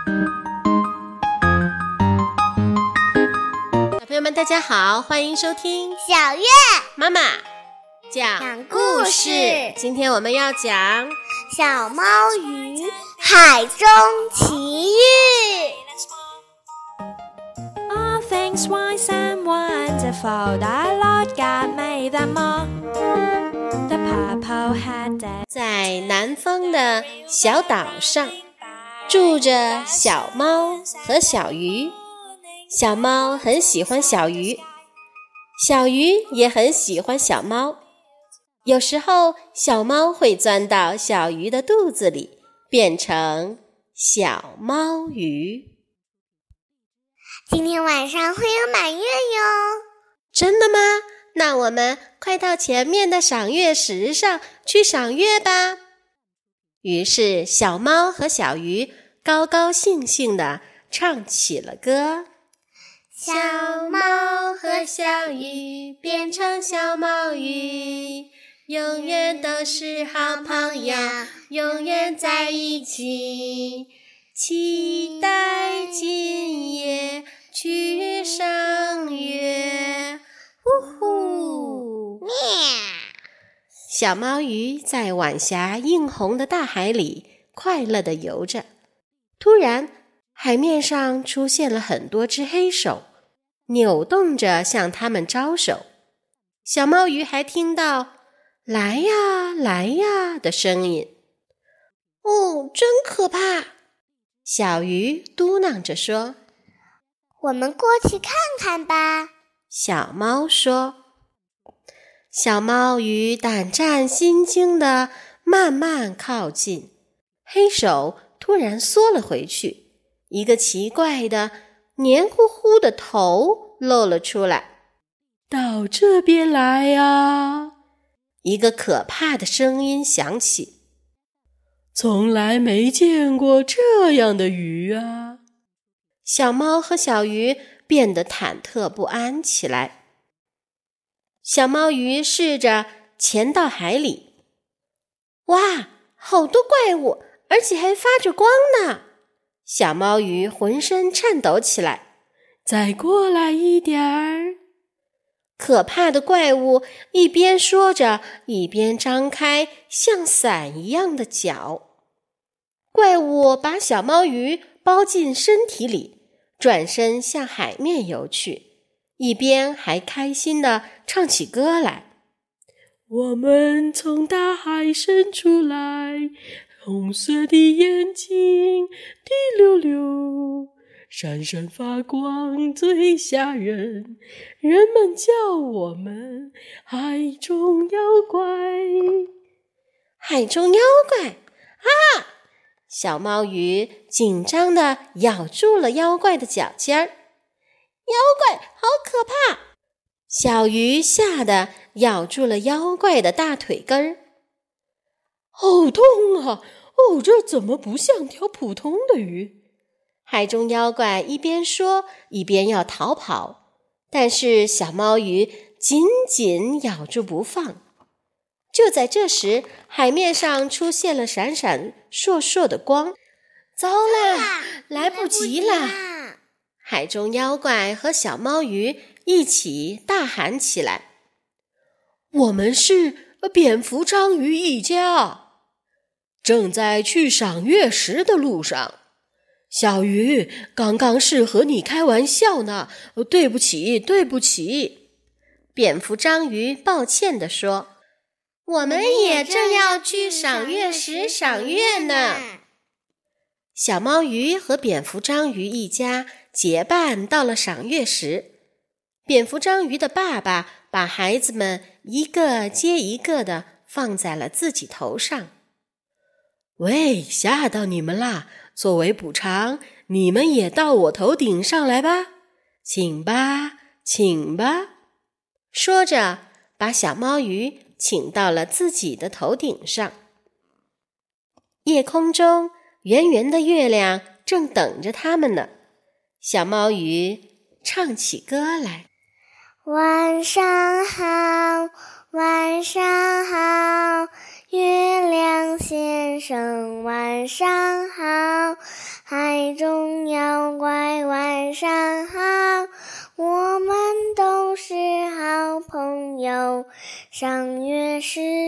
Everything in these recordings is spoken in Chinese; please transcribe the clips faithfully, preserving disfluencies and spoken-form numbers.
小朋友们大家好，欢迎收听小月妈妈讲故事。今天我们要讲小猫鱼海中奇遇。 All things wise and wonderful, the Lord God made them all. The purple headed 在南方的小岛上住着小猫和小鱼。小猫很喜欢小鱼，小鱼也很喜欢小猫。有时候小猫会钻到小鱼的肚子里，变成小猫鱼。 今天晚上会有满月哟。 真的吗？那我们快到前面的赏月石上去赏月吧。于是小猫和小鱼高高兴兴地唱起了歌。小猫和小鱼变成小猫鱼，永远都是好朋友，永远在一起，期待今夜去赏月。呼呼！ 喵！ 小猫鱼在晚霞映红的大海里快乐地游着。突然，海面上出现了很多只黑手，扭动着向它们招手。小猫鱼还听到来呀来呀的声音。哦，真可怕！小鱼嘟囔着说。 我们过去看看吧。 小猫说。小猫鱼胆战心惊地慢慢靠近，黑手突然缩了回去，一个奇怪的黏糊糊的头露了出来。到这边来呀！一个可怕的声音响起。从来没见过这样的鱼啊！小猫和小鱼变得忐忑不安起来。小猫鱼试着潜到海里。哇，好多怪物，而且还发着光呢！小猫鱼浑身颤抖起来。再过来一点儿！可怕的怪物一边说着，一边张开像伞一样的脚。怪物把小猫鱼包进身体里，转身向海面游去，一边还开心地唱起歌来。我们从大海伸出来，红色的眼睛滴溜溜，闪闪发光最吓人，人们叫我们海中妖怪。海中妖怪啊！小猫鱼紧张地咬住了妖怪的脚尖儿。妖怪好可怕！小鱼吓得咬住了妖怪的大腿根儿。好痛啊！哦，这怎么不像条普通的鱼？海中妖怪一边说，一边要逃跑，但是小猫鱼紧紧咬住不放。就在这时，海面上出现了闪闪烁烁的光。糟了，来不及了！海中妖怪和小猫鱼一起大喊起来：我们是蝙蝠章鱼一家，正在去赏月石的路上。小鱼，刚刚是和你开玩笑呢，对不起，对不起。蝙蝠章鱼抱歉地说：我们也正要去赏月石赏月呢。小猫鱼和蝙蝠章鱼一家结伴到了赏月石。蝙蝠章鱼的爸爸把孩子们一个接一个地放在了自己头上。喂，吓到你们啦！作为补偿，你们也到我头顶上来吧，请吧，请吧。说着，把小猫鱼请到了自己的头顶上。夜空中，圆圆的月亮正等着他们呢。小猫鱼唱起歌来： 晚上好，晚上好，月亮先生晚上好，海中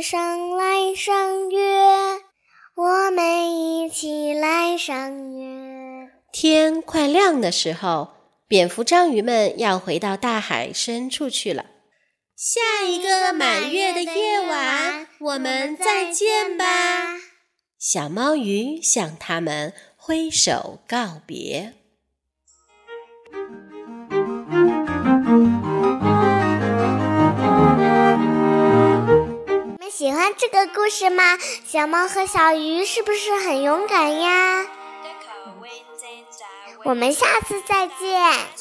上来赏月，我们一起来赏月。 天快亮的时候，蝙蝠章鱼们要回到大海深处去了。下一个满月的夜晚，我们再见吧。小猫鱼向他们挥手告别。 你们喜欢这个故事吗？小猫和小鱼是不是很勇敢呀？我们下次再见。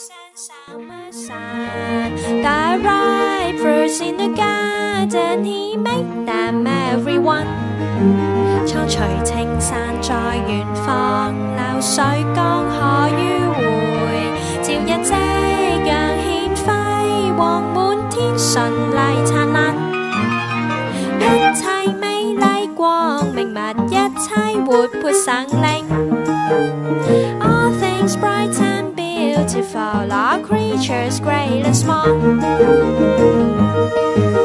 The ripe fruits in the garden, he made them everyone. 蒼翠青山在遠方，流水江河迂迴，照日夕陽獻輝煌，滿天順麗燦爛，一切美麗光明，物一切活潑生靈。All things bright and beautiful, all creatures great and small.